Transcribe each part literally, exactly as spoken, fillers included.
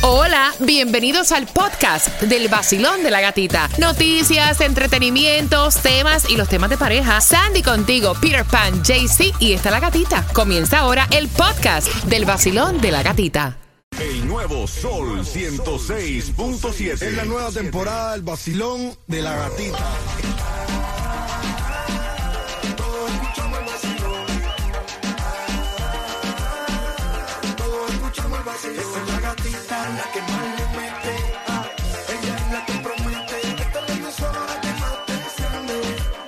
Hola, bienvenidos al podcast del Vacilón de la Gatita. Noticias, entretenimientos, temas y los temas de pareja. Sandy contigo, Peter Pan, J C y está la gatita. Comienza ahora el podcast del Vacilón de la Gatita. El nuevo Sol ciento seis punto siete. Es la nueva temporada del Vacilón de la Gatita. Todos escuchamos el vacilón. Todos escuchamos el vacilón. Esa es la gatita, la que más le mete. Ah, ella es la que promete. Esta es la emisora que más te enciende.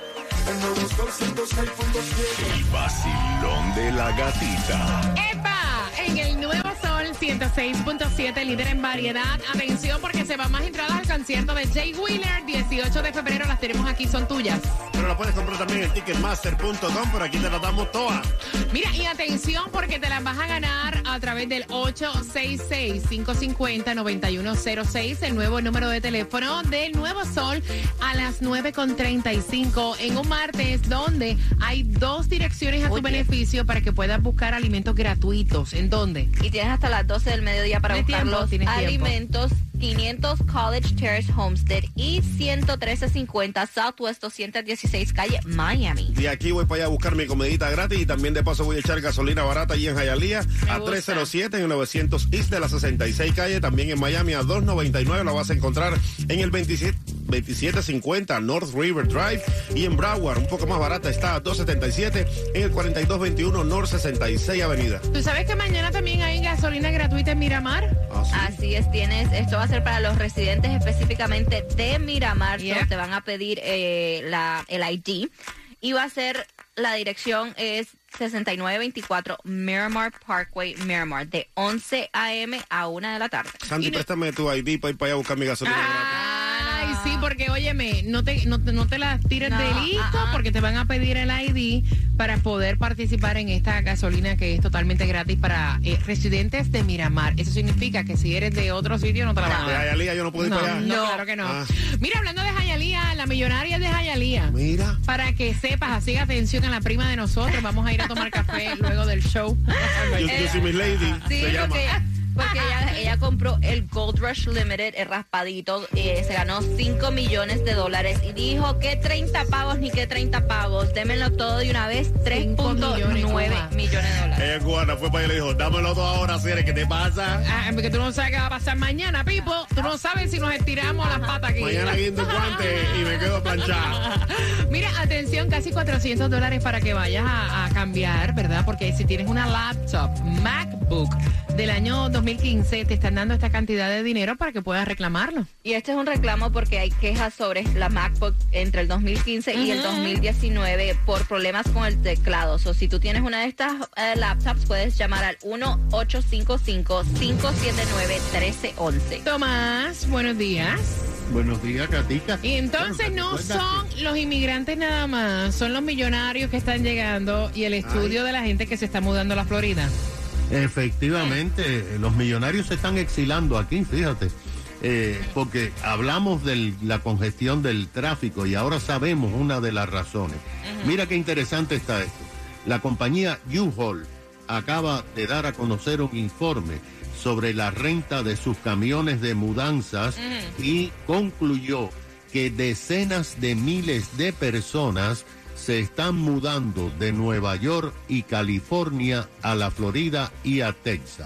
El nuevo Sol ciento seis punto siete. El Vacilón de la Gatita. ¡Epa! En el nuevo Sol ciento seis punto siete, líder en variedad. Atención porque se van más entradas al concierto de Jay Wheeler. dieciocho de febrero las tenemos aquí, son tuyas. Pero la puedes comprar también en ticketmaster punto com, por aquí te las damos todas. Mira, y atención porque te las vas a ganar a través del ocho seis seis, cinco cinco cero, nueve uno cero seis, el nuevo número de teléfono del Nuevo Sol a las nueve con treinta y cinco en un martes donde hay dos direcciones a tu Oye. beneficio para que puedas buscar alimentos gratuitos. ¿En dónde? Y tienes hasta las doce del mediodía para Tienes buscar tiempo, los tienes alimentos. quinientos College Terrace Homestead y ciento trece cincuenta Southwest doscientos dieciséis calle Miami. Y aquí voy para allá a buscar mi comidita gratis y también de paso voy a echar gasolina barata allí en Hialeah a gusta. tres cero siete en el novecientos East de la sesenta y seis calle. También en Miami a dos noventa y nueve la vas a encontrar en el veintisiete veintisiete cincuenta North River Drive, y en Broward un poco más barata está a dos setenta y siete en el cuarenta y dos veintiuno North sesenta y seis Avenida. ¿Tú sabes que mañana también hay gasolina gratuita en Miramar? ¿Ah, sí? Así es, tienes, esto va a ser para los residentes específicamente de Miramar. Yeah. So, te van a pedir eh, la, el I D y va a ser, la dirección es sesenta y nueve veinticuatro Miramar Parkway, Miramar, de once a eme a una de la tarde. Sandy, Y no- préstame tu I D para ir para allá a buscar mi gasolina gratis. Ay, sí, porque óyeme, no te, no, te- no te las tires No, de listo ah, ah. porque te van a pedir el I D para poder participar en esta gasolina que es totalmente gratis para eh, residentes de Miramar. Eso significa que si eres de otro sitio no te la van a De dar. Hialeah yo no puedo ir No, para allá. no, No. claro que no. Ah. Mira, hablando de Hialeah, la millonaria es de Hialeah. Mira. Para que sepas, así atención a la prima de nosotros. Vamos a ir a tomar café luego del show. Yo, yo soy Miss Lady, Sí, se llama. porque, porque ella, ella compró el Gold Rush Limited, el raspadito, eh, se ganó cinco millones de dólares y dijo que treinta pavos ni que treinta pavos, démenlo todo de una vez, tres punto nueve millones de dólares. Ella es cubana, fue para allá y le dijo, dámelo todo ahora, Cere, ¿qué te pasa? Ah, porque tú no sabes qué va a pasar mañana, Pipo. Tú no sabes si nos estiramos las patas aquí. Mañana guindo guante y me quedo planchado. Mira, atención, casi cuatrocientos dólares para que vayas a, a cambiar, ¿verdad? Porque si tienes una laptop MacBook del año dos mil quince, te están dando esta cantidad de dinero para que puedas reclamarlo. Y este es un reclamo porque hay quejas sobre la MacBook entre el dos mil quince y el dos mil diecinueve por problemas con el teclado. O si tú tienes una de estas eh, laptops, puedes llamar al uno ocho cinco cinco, cinco siete nueve, uno tres uno uno. Tomás, buenos días. Buenos días, Katica. Y entonces Bueno, no recuerda son los inmigrantes nada más, son los millonarios que están llegando y el estudio de la gente que se está mudando a la Florida. que, efectivamente, los millonarios se están exilando aquí, fíjate, eh, porque hablamos de la congestión del tráfico y ahora sabemos una de las razones. Mira qué interesante está esto. La compañía U-Haul acaba de dar a conocer un informe sobre la renta de sus camiones de mudanzas y concluyó que decenas de miles de personas se están mudando de Nueva York y California a la Florida y a Texas.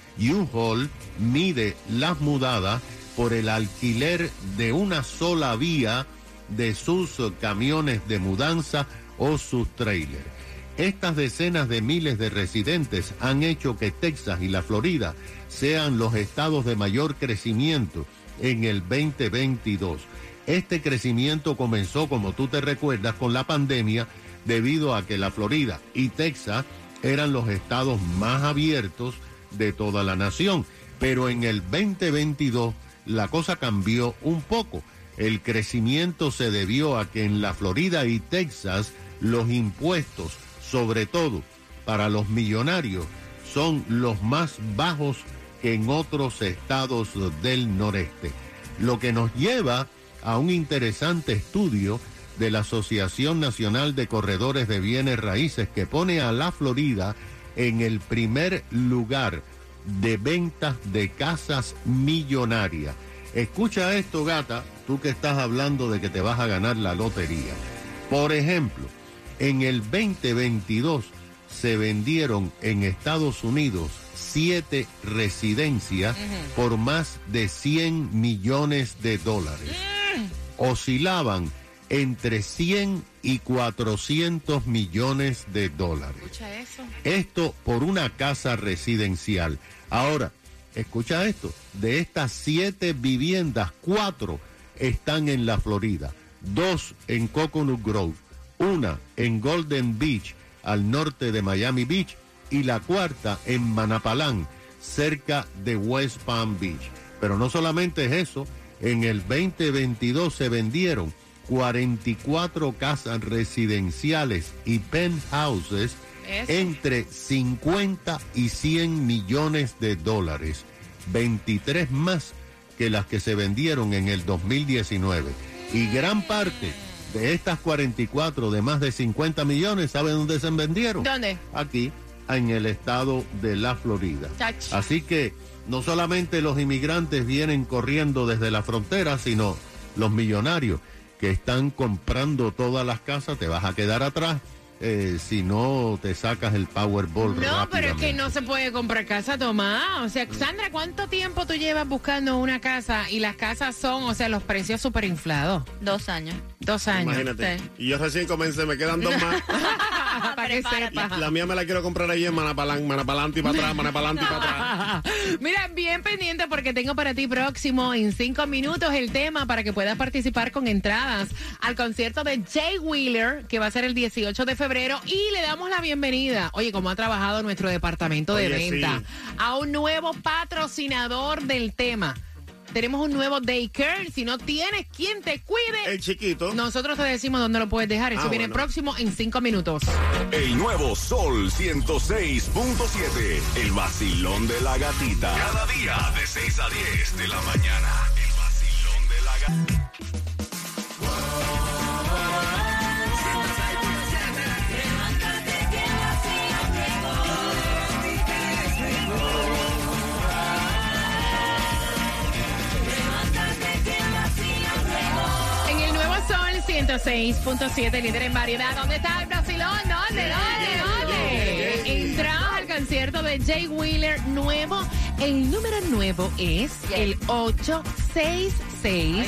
U-Haul mide las mudadas por el alquiler de una sola vía de sus camiones de mudanza o sus trailers. Estas decenas de miles de residentes han hecho que Texas y la Florida sean los estados de mayor crecimiento en el veinte veintidós. Este crecimiento comenzó, como tú te recuerdas, con la pandemia, debido a que la Florida y Texas eran los estados más abiertos de toda la nación. Pero en el veinte veintidós la cosa cambió un poco. El crecimiento se debió a que en la Florida y Texas los impuestos, sobre todo para los millonarios, son los más bajos que en otros estados del noreste. Lo que nos lleva a un interesante estudio de la Asociación Nacional de Corredores de Bienes Raíces que pone a la Florida en el primer lugar de ventas de casas millonarias. Escucha esto, gata, tú que estás hablando de que te vas a ganar la lotería. Por ejemplo, en el veinte veintidós se vendieron en Estados Unidos siete residencias uh-huh. por más de cien millones de dólares. Uh. Oscilaban entre cien y cuatrocientos millones de dólares. Escucha eso. Esto por una casa residencial. Ahora, escucha esto, de estas siete viviendas, cuatro están en la Florida, dos en Coconut Grove, una en Golden Beach, al norte de Miami Beach, y la cuarta en Manapalán, cerca de West Palm Beach. Pero no solamente es eso, en el veinte veintidós se vendieron cuarenta y cuatro casas residenciales y penthouses Eso. entre cincuenta y cien millones de dólares, veintitrés más que las que se vendieron en el dos mil diecinueve. Y gran parte de estas cuarenta y cuatro de más de cincuenta millones, ¿saben dónde se vendieron? ¿Dónde? Aquí, en el estado de la Florida. Chach. Así que no solamente los inmigrantes vienen corriendo desde la frontera, sino los millonarios que están comprando todas las casas. Te vas a quedar atrás eh, si no te sacas el Powerball. No, pero es que no se puede comprar casa, Tomás. O sea, Sandra, ¿cuánto tiempo tú llevas buscando una casa y las casas son, o sea, los precios súper inflados? Dos años. Dos años. Imagínate. Sí. Y yo recién comencé, me quedan dos más. Para que sepa. La mía me la quiero comprar ahí en Manapalán, Manapalante y para atrás, Manapalante y para atrás. Mira, bien pendiente porque tengo para ti próximo en cinco minutos el tema para que puedas participar con entradas al concierto de Jay Wheeler, que va a ser el dieciocho de febrero, y le damos la bienvenida, oye, como ha trabajado nuestro departamento de Oye, venta, sí. a un nuevo patrocinador del tema. Tenemos un nuevo daycare. Si no tienes quien te cuide, El chiquito. nosotros te decimos dónde lo puedes dejar. Eso Ah, viene bueno. próximo en cinco minutos. El nuevo Sol ciento seis punto siete. El vacilón de la gatita. Cada día de seis a diez de la mañana. El vacilón de la gatita. En el nuevo Sol ciento seis punto siete, líder en variedad. ¿Dónde está el Brasilón? ¿Dónde? ¿Dónde? ¿Dónde? Entramos al concierto de Jay Wheeler nuevo. El número nuevo es el ocho seis seis,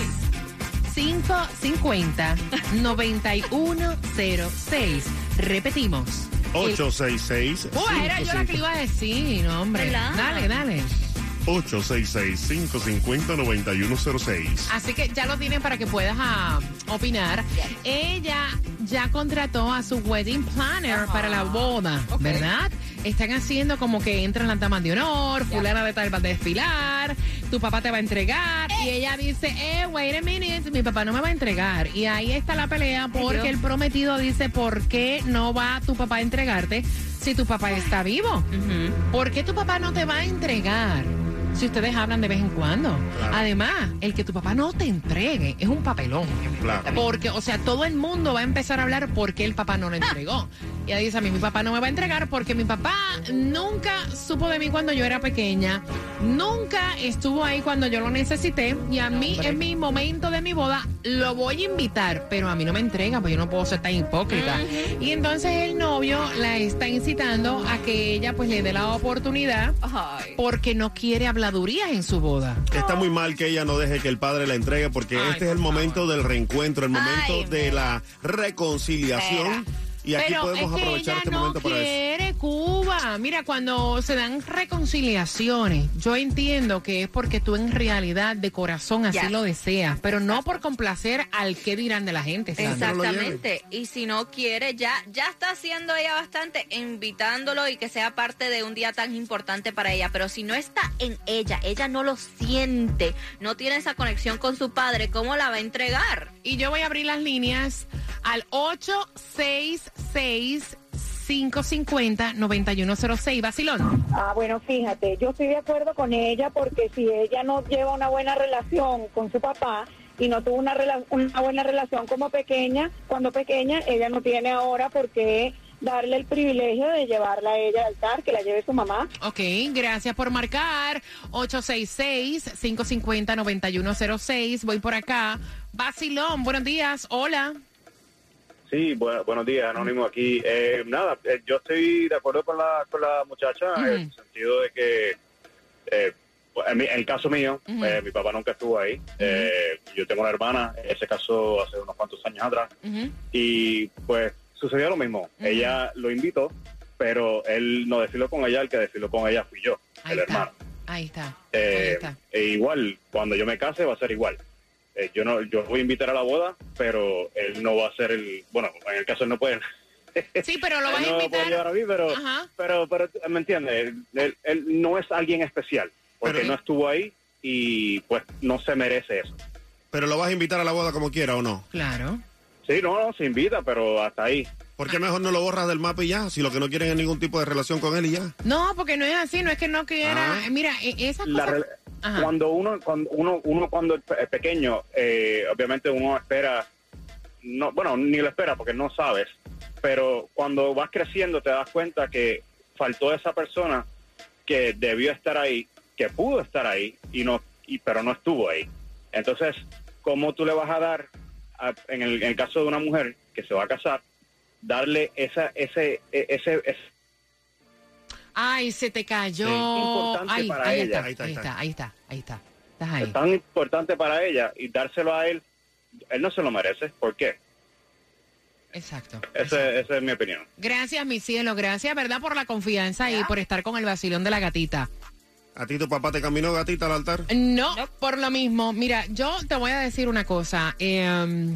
cinco cinco cero, nueve uno cero seis. Repetimos. ocho seis seis. Uh, era yo la que le iba a decir, no, hombre. ¿Verdad? Dale, dale. ocho seis seis, cinco cinco cero, nueve uno cero seis. Así que ya lo tienen para que puedas ah, opinar. Ella ya contrató a su wedding planner Ajá. para la boda, Ok. ¿verdad? Están haciendo como que entran las damas de honor, fulana de tal va a desfilar, tu papá te va a entregar. Y ella dice, eh, wait a minute, mi papá no me va a entregar. Y ahí está la pelea porque Dios. el prometido dice, ¿por qué no va tu papá a entregarte si tu papá está vivo? Ujú. ¿Por qué tu papá no te va a entregar si ustedes hablan de vez en cuando? Claro. Además, el que tu papá no te entregue es un papelón. Claro. Porque, o sea, todo el mundo va a empezar a hablar por qué el papá no le entregó. Y ella dice, a mí mi papá no me va a entregar porque mi papá nunca supo de mí cuando yo era pequeña, nunca estuvo ahí cuando yo lo necesité, y a mí en mi momento de mi boda lo voy a invitar, pero a mí no me entrega, pues yo no puedo ser tan hipócrita. Y entonces el novio la está incitando a que ella pues le dé la oportunidad Ay. porque no quiere habladurías en su boda. Está muy mal que ella no deje que el padre la entregue porque Ay, este es el por momento del reencuentro, el momento Ay, de la reconciliación. Y aquí Pero podemos es que aprovechar ella este no momento para eso. quiere Cuba. Mira, cuando se dan reconciliaciones, yo entiendo que es porque tú en realidad de corazón así Yes. lo deseas, pero no por complacer al que dirán de la gente. Sandra. lo Exactamente. Y si no quiere, ya, ya está haciendo ella bastante, invitándolo y que sea parte de un día tan importante para ella. Pero si no está en ella, ella no lo siente, no tiene esa conexión con su padre, ¿cómo la va a entregar? Y yo voy a abrir las líneas al ocho seis seis, cinco cinco cero, nueve uno cero seis. Vacilón. Ah, bueno, fíjate, yo estoy de acuerdo con ella porque si ella no lleva una buena relación con su papá y no tuvo una, rela- una buena relación como pequeña, cuando pequeña, ella no tiene ahora por qué darle el privilegio de llevarla a ella al altar, que la lleve su mamá. Ok, gracias por marcar. ocho seis seis, cinco cinco cero, nueve uno cero seis. Voy por acá. Basilón, buenos días. Hola. Sí, bu buenos días, Anónimo aquí. Eh, nada, eh, yo estoy de acuerdo con la, con la muchacha Uh-huh. en el sentido de que, eh, en, mi, en el caso mío, Uh-huh. eh, mi papá nunca estuvo ahí. Eh, yo tengo una hermana, ella se casó hace unos cuantos años atrás. Uh-huh. Y pues sucedió lo mismo. Uh-huh. Ella lo invitó, pero él no desfiló con ella, el que desfiló con ella fui yo, Ahí el está. hermano. Ahí está. Eh, Ahí está. e igual, cuando yo me case va a ser igual. Eh, yo no, yo voy a invitar a la boda, pero él no va a ser el, bueno, en el caso él no puede. Sí, pero lo vas Él a no lo puede llevar invitar. a mí, pero, Ajá. pero, pero, ¿me entiendes? Él, él- él no es alguien especial, porque Pero- no estuvo ahí y pues no se merece eso. Pero lo vas a invitar a la boda como quiera o no. Claro. Sí, no, no, se invita, pero hasta ahí. ¿Por qué mejor no lo borras del mapa y ya? Si lo que no quieren es ningún tipo de relación con él y ya. No, porque no es así, no es que no quiera. Ah. Mira, e- esas La cosas. re- Ajá. cuando uno cuando uno uno cuando es pe- pequeño eh, obviamente uno espera no bueno ni lo espera porque no sabes, pero cuando vas creciendo te das cuenta que faltó esa persona que debió estar ahí, que pudo estar ahí y no y pero no estuvo ahí. Entonces, ¿cómo tú le vas a dar a- en, el, en el caso de una mujer que se va a casar, darle esa ese ese, ese Ay, se te cayó. Sí. Importante Ahí, para ahí ella. está, Ahí está, ahí ahí está, está. ahí está, ahí está. Estás ahí. es tan importante para ella y dárselo a él, él no se lo merece? ¿Por qué? Exacto. Ese- esa es mi opinión. Gracias, mi cielo. Gracias, ¿verdad? Por la confianza y por estar con el vacilón de la gatita. ¿A ti tu papá te caminó gatita al altar? No, por lo mismo. Mira, yo te voy a decir una cosa. Eh,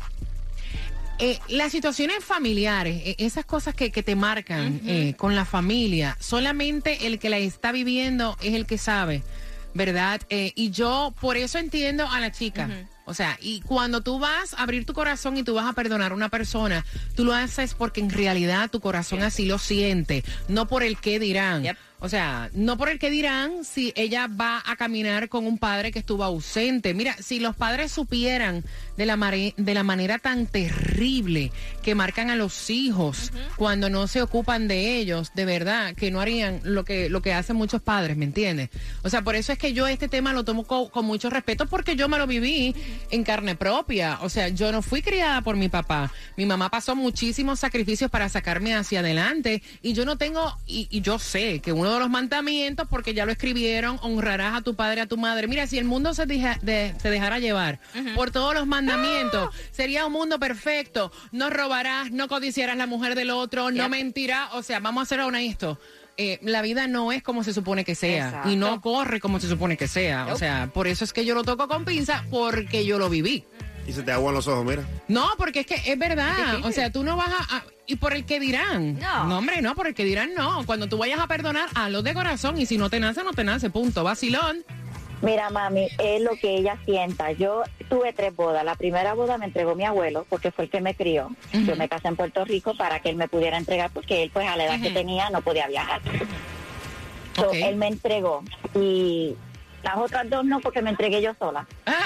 eh, las situaciones familiares, eh, esas cosas que, que te marcan eh, con la familia, solamente el que la está viviendo es el que sabe, ¿verdad? Eh, y yo por eso entiendo a la chica. O sea, y cuando tú vas a abrir tu corazón y tú vas a perdonar a una persona, tú lo haces porque en realidad tu corazón así lo siente, no por el qué dirán. Yep. O sea, no por el que dirán si ella va a caminar con un padre que estuvo ausente. Mira, si los padres supieran de la, mare- de la manera tan terrible que marcan a los hijos cuando no se ocupan de ellos, de verdad, que no harían lo que, lo que hacen muchos padres, ¿me entiendes? O sea, por eso es que yo este tema lo tomo co- con mucho respeto porque yo me lo viví en carne propia. O sea, yo no fui criada por mi papá. Mi mamá pasó muchísimos sacrificios para sacarme hacia adelante y yo no tengo, y, y yo sé que uno de los mandamientos, porque ya lo escribieron, honrarás a tu padre, a tu madre. Mira, si el mundo se, deja, de, se dejara llevar por todos los mandamientos, sería un mundo perfecto. No robarás, no codiciarás la mujer del otro, no mentirás. O sea, vamos a ser honestos. Eh, la vida no es como se supone que sea. Exacto. Y no corre como se supone que sea. O sea, por eso es que yo lo toco con pinza, porque yo lo viví. Y se te aguan los ojos, mira. No, porque es que es verdad. difícil. O sea, tú no vas a, a- Y por el que dirán. No. hombre, no, por el que dirán no. Cuando tú vayas a perdonar, hazlo de corazón. Y si no te nace, no te nace. Punto. Vacilón. Mira, mami, es lo que ella sienta. Yo tuve tres bodas. La primera boda me entregó mi abuelo porque fue el que me crió. Yo me casé en Puerto Rico para que él me pudiera entregar porque él, pues, a la edad que tenía no podía viajar. So, Ok. Él me entregó y las otras dos no porque me entregué yo sola.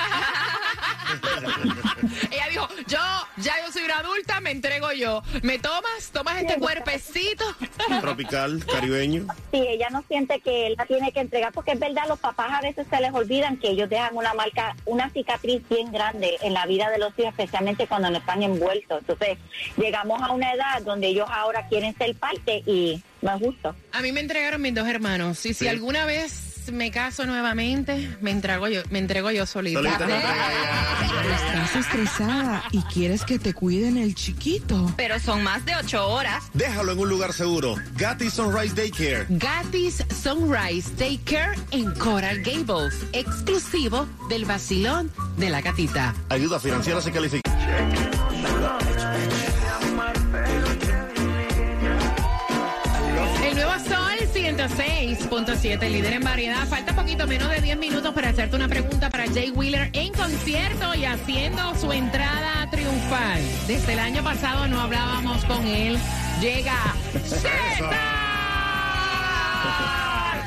Ella dijo, yo, ya yo soy una adulta, me entrego yo. ¿Me tomas? ¿Tomas este cuerpecito? Tropical, caribeño. Sí, ella no siente que él la tiene que entregar porque es verdad, los papás a veces se les olvidan que ellos dejan una marca, una cicatriz bien grande en la vida de los hijos, especialmente cuando no están envueltos. Entonces, llegamos a una edad donde ellos ahora quieren ser parte y no es justo. A mí me entregaron mis dos hermanos. Y si Sí. alguna vez me caso nuevamente, me entrego yo, me entrego yo solita. Solita te entrega ella. Estás estresada y quieres que te cuiden el chiquito. Pero son más de ocho horas. Déjalo en un lugar seguro. Gatti Sunrise Daycare. Gatis Sunrise Daycare en Coral Gables, exclusivo del vacilón de la gatita. Ayuda financiera se califica. El nuevo Sol ciento seis punto siete, líder en variedad. Falta poquito menos de diez minutos para hacerte una pregunta para Jay Wheeler en concierto y haciendo su entrada triunfal. Desde el año pasado no hablábamos con él. Llega Zeta.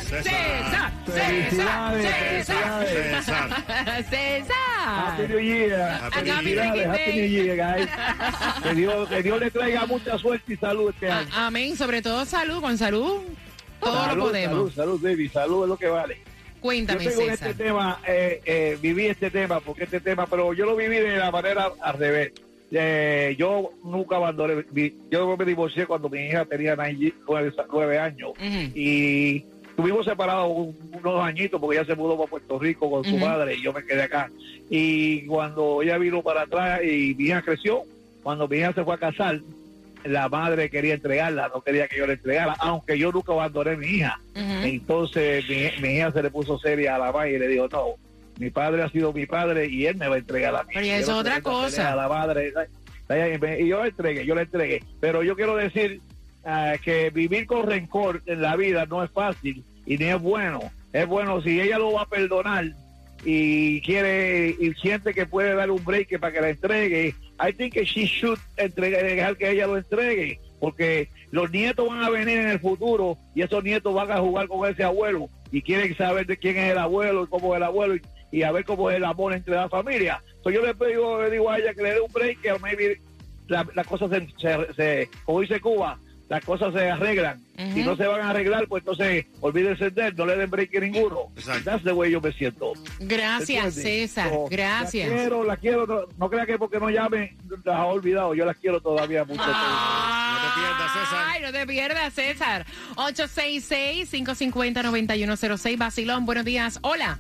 César, Felicidades, César, felicidades. César, César. Happy New Year. Happy Felicidades, New Year. Happy New Year, guys. Que Dios, que Dios le traiga mucha suerte y salud este año. A- Amén, sobre todo salud, con salud todo salud, lo podemos. Salud, salud, baby, salud es lo que vale. Cuéntame, yo tengo César. este tema, eh, eh, viví este tema, porque este tema, pero yo lo viví de la manera al revés. Eh, yo nunca abandoné, mi- yo me divorcié cuando mi hija tenía nueve, nueve años Ujú. y estuvimos separados un- unos añitos porque ella se mudó para Puerto Rico con su Ujú. madre y yo me quedé acá. Y cuando ella vino para atrás y mi hija creció, cuando mi hija se fue a casar, la madre quería entregarla, no quería que yo la entregara, aunque yo nunca abandoné a mi hija. Ujú. Entonces mi, mi hija se le puso seria a la madre y le dijo, no, mi padre ha sido mi padre y él me va a entregar a mí. Pero ya Yo es no otra tengo que cosa. entregar a la madre. Y yo la entregué, yo la entregué. Pero yo quiero decir ah, que vivir con rencor en la vida no es fácil y ni es bueno. Es bueno si ella lo va a perdonar y quiere y siente que puede dar un break para que la entregue. I think que she should entregue, dejar que ella lo entregue, porque los nietos van a venir en el futuro y esos nietos van a jugar con ese abuelo y quieren saber de quién es el abuelo y cómo es el abuelo y, y a ver cómo es el amor entre la familia. Entonces yo le digo, le digo a ella que le dé un break, que maybe la, la cosa se, se, se, como dice Cuba, las cosas se arreglan. Ujú. Si no se van a arreglar, pues entonces olvídense de él, no le den break a ninguno. Exacto. That's the way yo me siento. Gracias, ¿Entiendes? César. So, Gracias. La quiero, la quiero. No, no crea que porque no llame las ha olvidado. Yo las quiero todavía mucho. Ah. No te pierdas, César. Ay, no te pierdas, César. ocho seis seis, cinco cinco cero, nueve uno cero seis. Basilón, buenos días. Hola.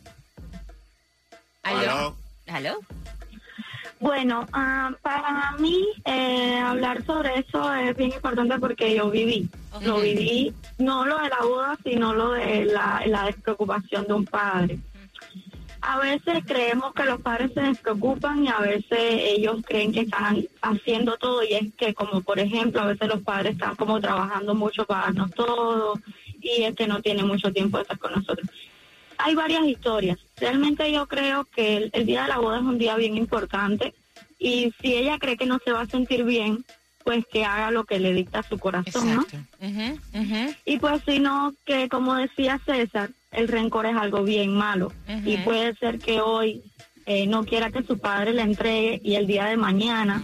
Aló. ¿Aló? Bueno, ah, para mí eh, hablar sobre eso es bien importante porque yo viví. Lo viví, no lo de la boda, sino lo de la, la despreocupación de un padre. A veces creemos que los padres se despreocupan y a veces ellos creen que están haciendo todo, y es que, como por ejemplo, a veces los padres están como trabajando mucho para darnos todo y es que no tienen mucho tiempo de estar con nosotros. Hay varias historias. Realmente yo creo que el, el día de la boda es un día bien importante, y si ella cree que no se va a sentir bien, pues que haga lo que le dicta su corazón, ¿no? Exacto. Ujú, ujú. Y pues si no, que como decía César, el rencor es algo bien malo. Ujú. Y puede ser que hoy eh, no quiera que su padre le entregue y el día de mañana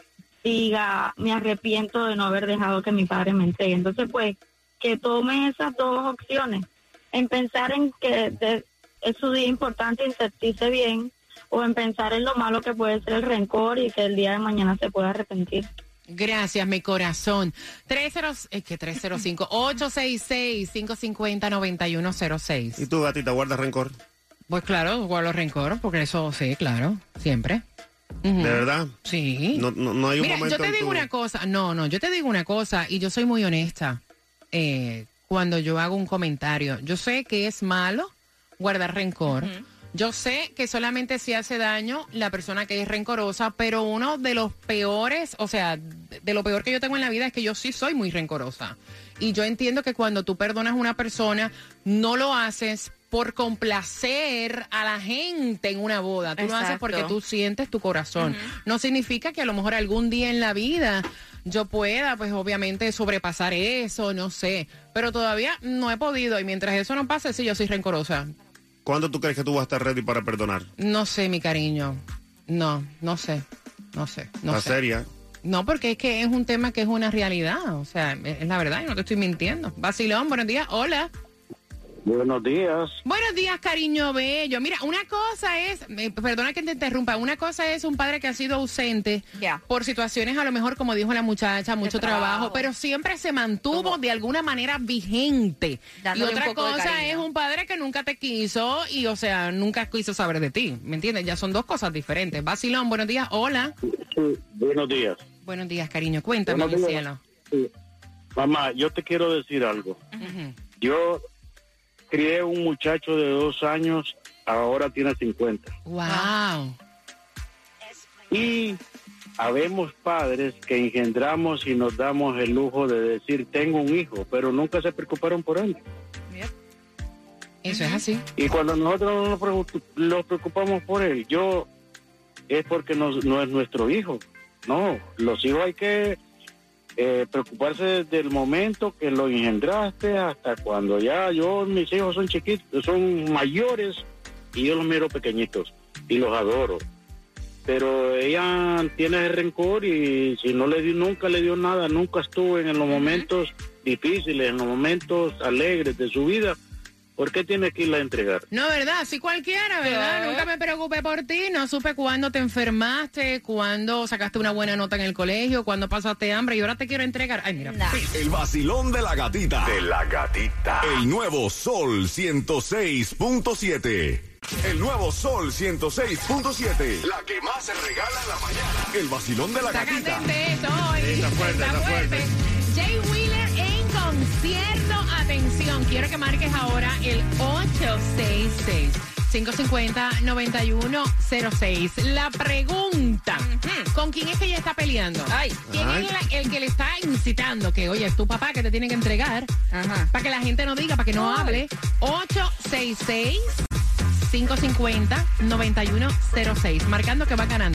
diga, me arrepiento de no haber dejado que mi padre me entregue. Entonces, pues, que tome esas dos opciones, en pensar en que de- es su día importante y sentirse bien, o en pensar en lo malo que puede ser el rencor y que el día de mañana se pueda arrepentir. Gracias, mi corazón. treinta, es que tres cero cinco, ocho seis seis, cinco cinco cero, nueve uno cero seis. ¿Y tú, gatita, guardas rencor? Pues claro, guardo rencor, porque eso sí, claro, siempre. Ujú. ¿De verdad? Sí. No, no, no hay un Mira, momento yo te en digo tu- una cosa, no, no, yo te digo una cosa y yo soy muy honesta eh, cuando yo hago un comentario. Yo sé que es malo guardar rencor. Yo sé que solamente se hace daño la persona que es rencorosa, pero uno de los peores, o sea, de de lo peor que yo tengo en la vida es que yo sí soy muy rencorosa. Y yo entiendo que cuando tú perdonas a una persona, no lo haces por complacer a la gente en una boda. Tú lo haces Exacto. porque tú sientes tu corazón. No significa que a lo mejor algún día en la vida yo pueda, pues obviamente, sobrepasar eso, no sé. Pero todavía no he podido y mientras eso no pase, sí, yo soy rencorosa. ¿Cuándo tú crees que tú vas a estar ready para perdonar? No sé, mi cariño. No, no sé. No sé, no ¿La sé. seria? No, porque es que es un tema que es una realidad. O sea, es la verdad y no te estoy mintiendo. Basilón, buenos días. Hola. Buenos días. Buenos días, cariño bello. Mira, una cosa es, eh, perdona que te interrumpa, una cosa es un padre que ha sido ausente Ya. por situaciones, a lo mejor, como dijo la muchacha, mucho trabajo, trabajo. pero siempre se mantuvo Como- de alguna manera vigente. Y Dándole un otra poco de cosa cariño. es un padre que nunca te quiso y, o sea, nunca quiso saber de ti. ¿Me entiendes? Ya son dos cosas diferentes. Basilón, buenos días. Hola. Sí, buenos días. Buenos días, cariño. Cuéntame, Buenos mi días. cielo. Sí. Mamá, yo te quiero decir algo. Ujú. Yo crié un muchacho de dos años, ahora tiene cincuenta. Wow. Y habemos padres que engendramos y nos damos el lujo de decir, tengo un hijo, pero nunca se preocuparon por él. Eso es así. Y cuando nosotros no nos preocup- nos preocupamos por él, yo, es porque no, no es nuestro hijo. No, los hijos hay que eh, preocuparse del momento que lo engendraste hasta cuando ya yo, mis hijos son chiquitos, son mayores y yo los miro pequeñitos y los adoro. Pero ella tiene el rencor y si no le dio, nunca le dio nada, nunca estuvo en los momentos difíciles, en los momentos alegres de su vida. ¿Por qué tiene que irla a entregar? No, ¿verdad? Sí, cualquiera, ¿verdad? ¿Qué? Nunca me preocupé por ti, no supe cuándo te enfermaste, cuándo sacaste una buena nota en el colegio, cuándo pasaste hambre y ahora te quiero entregar. Ay, mira. Nah. El vacilón de la gatita. De la gatita. El nuevo Sol ciento seis punto siete. El nuevo Sol ciento seis punto siete. La que más se regala en la mañana. El vacilón de la Sácate gatita. de eso hoy. Está fuerte, está fuerte. Jay Wheeler en concierto. Atención, quiero que marques ahora el ocho seis seis, cinco cinco cero, nueve uno cero seis. La pregunta, ¿con quién es que ella está peleando? Ay. ¿Quién Ay. es la- el que le está incitando? Que, oye, es tu papá que te tiene que entregar. Ajá. Para que la gente no diga, para que no Ay. hable. ocho seis seis, cinco cinco cero, nueve uno cero seis. Marcando que va ganando.